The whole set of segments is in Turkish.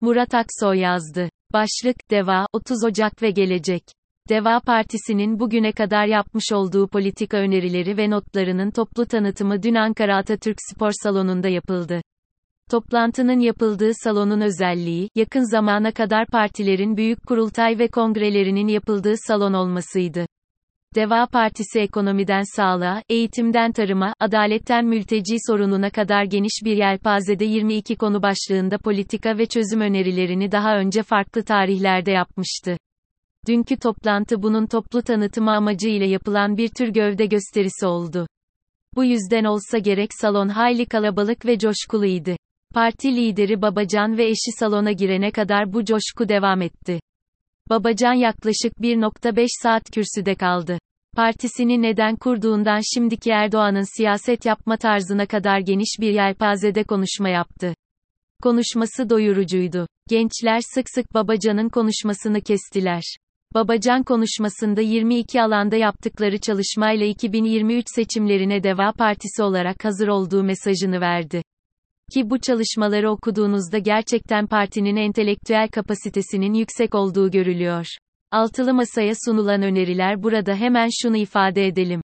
Murat Aksoy yazdı. Başlık, Deva, 30 Ocak ve Gelecek. Deva Partisi'nin bugüne kadar yapmış olduğu politika önerileri ve notlarının toplu tanıtımı dün Ankara Atatürk Spor Salonu'nda yapıldı. Toplantının yapıldığı salonun özelliği, yakın zamana kadar partilerin büyük kurultay ve kongrelerinin yapıldığı salon olmasıydı. Deva Partisi ekonomiden sağlığa, eğitimden tarıma, adaletten mülteci sorununa kadar geniş bir yelpazede 22 konu başlığında politika ve çözüm önerilerini daha önce farklı tarihlerde yapmıştı. Dünkü toplantı bunun toplu tanıtımı amacıyla yapılan bir tür gövde gösterisi oldu. Bu yüzden olsa gerek salon hayli kalabalık ve coşkuluydu. Parti lideri Babacan ve eşi salona girene kadar bu coşku devam etti. Babacan yaklaşık 1,5 saat kürsüde kaldı. Partisini neden kurduğundan şimdiki Erdoğan'ın siyaset yapma tarzına kadar geniş bir yelpazede konuşma yaptı. Konuşması doyurucuydu. Gençler sık sık Babacan'ın konuşmasını kestiler. Babacan konuşmasında 22 alanda yaptıkları çalışmayla 2023 seçimlerine Deva Partisi olarak hazır olduğu mesajını verdi. Ki bu çalışmaları okuduğunuzda gerçekten partinin entelektüel kapasitesinin yüksek olduğu görülüyor. Altılı Masa'ya sunulan öneriler burada hemen şunu ifade edelim.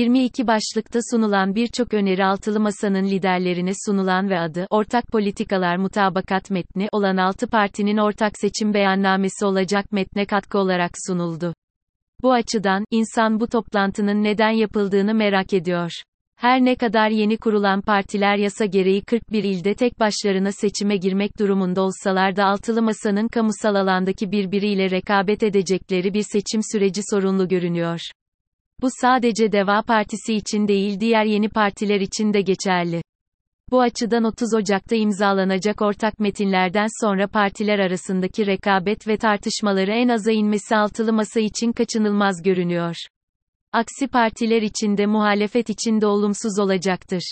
22 başlıkta sunulan birçok öneri Altılı Masa'nın liderlerine sunulan ve adı, Ortak Politikalar Mutabakat Metni olan 6 partinin ortak seçim beyannamesi olacak metne katkı olarak sunuldu. Bu açıdan, insan bu toplantının neden yapıldığını merak ediyor. Her ne kadar yeni kurulan partiler yasa gereği 41 ilde tek başlarına seçime girmek durumunda olsalar da Altılı Masa'nın kamusal alandaki birbiriyle rekabet edecekleri bir seçim süreci sorunlu görünüyor. Bu sadece Deva Partisi için değil diğer yeni partiler için de geçerli. Bu açıdan 30 Ocak'ta imzalanacak ortak metinlerden sonra partiler arasındaki rekabet ve tartışmaları en aza inmesi Altılı Masa için kaçınılmaz görünüyor. Aksi partiler için de muhalefet için de olumsuz olacaktır.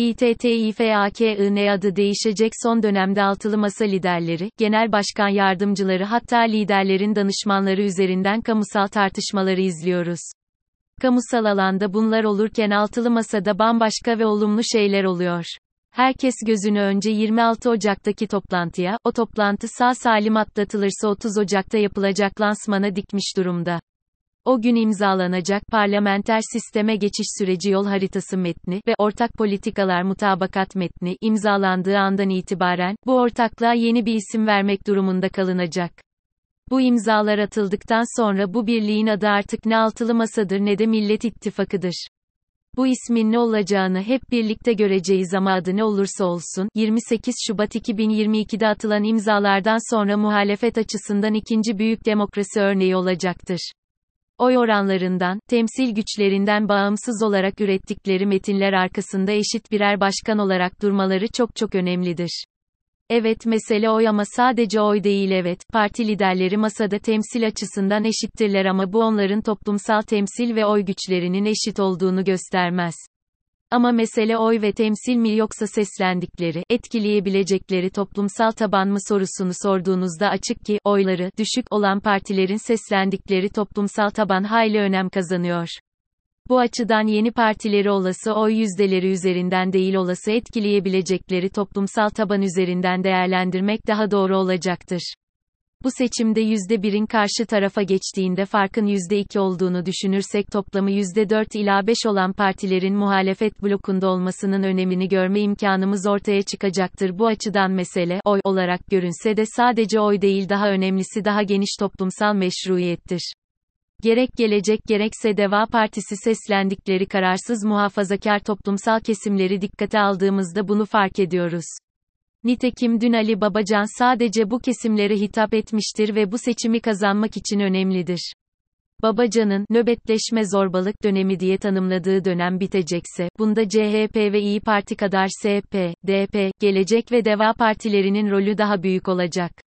İTTİFAKİN adı değişecek son dönemde Altılı Masa liderleri, genel başkan yardımcıları hatta liderlerin danışmanları üzerinden kamusal tartışmaları izliyoruz. Kamusal alanda bunlar olurken Altılı Masa'da bambaşka ve olumlu şeyler oluyor. Herkes gözünü önce 26 Ocak'taki toplantıya, o toplantı sağ salim atlatılırsa 30 Ocak'ta yapılacak lansmana dikmiş durumda. O gün imzalanacak parlamenter sisteme geçiş süreci yol haritası metni ve ortak politikalar mutabakat metni imzalandığı andan itibaren bu ortaklığa yeni bir isim vermek durumunda kalınacak. Bu imzalar atıldıktan sonra bu birliğin adı artık ne Altılı Masa'dır ne de Millet İttifakı'dır. Bu ismin ne olacağını hep birlikte göreceğiz ama adı ne olursa olsun, 28 Şubat 2022'de atılan imzalardan sonra muhalefet açısından ikinci büyük demokrasi örneği olacaktır. Oy oranlarından, temsil güçlerinden bağımsız olarak ürettikleri metinler arkasında eşit birer başkan olarak durmaları çok önemlidir. Evet mesele oy ama sadece oy değil evet, parti liderleri masada temsil açısından eşittirler ama bu onların toplumsal temsil ve oy güçlerinin eşit olduğunu göstermez. Ama mesele oy ve temsil mi yoksa seslendikleri, etkileyebilecekleri toplumsal taban mı sorusunu sorduğunuzda açık ki, oyları düşük olan partilerin seslendikleri toplumsal taban hayli önem kazanıyor. Bu açıdan yeni partileri olası oy yüzdeleri üzerinden değil olası etkileyebilecekleri toplumsal taban üzerinden değerlendirmek daha doğru olacaktır. Bu seçimde %1'in karşı tarafa geçtiğinde farkın %2 olduğunu düşünürsek toplamı %4 ila 5 olan partilerin muhalefet blokunda olmasının önemini görme imkanımız ortaya çıkacaktır. Bu açıdan mesele, oy olarak görünse de sadece oy değil daha önemlisi daha geniş toplumsal meşruiyettir. Gerek Gelecek gerekse Deva Partisi seslendikleri kararsız muhafazakar toplumsal kesimleri dikkate aldığımızda bunu fark ediyoruz. Nitekim dün Ali Babacan sadece bu kesimlere hitap etmiştir ve bu seçimi kazanmak için önemlidir. Babacan'ın, nöbetleşme zorbalık dönemi diye tanımladığı dönem bitecekse, bunda CHP ve İYİ Parti kadar SP, DP, Gelecek ve Deva partilerinin rolü daha büyük olacak.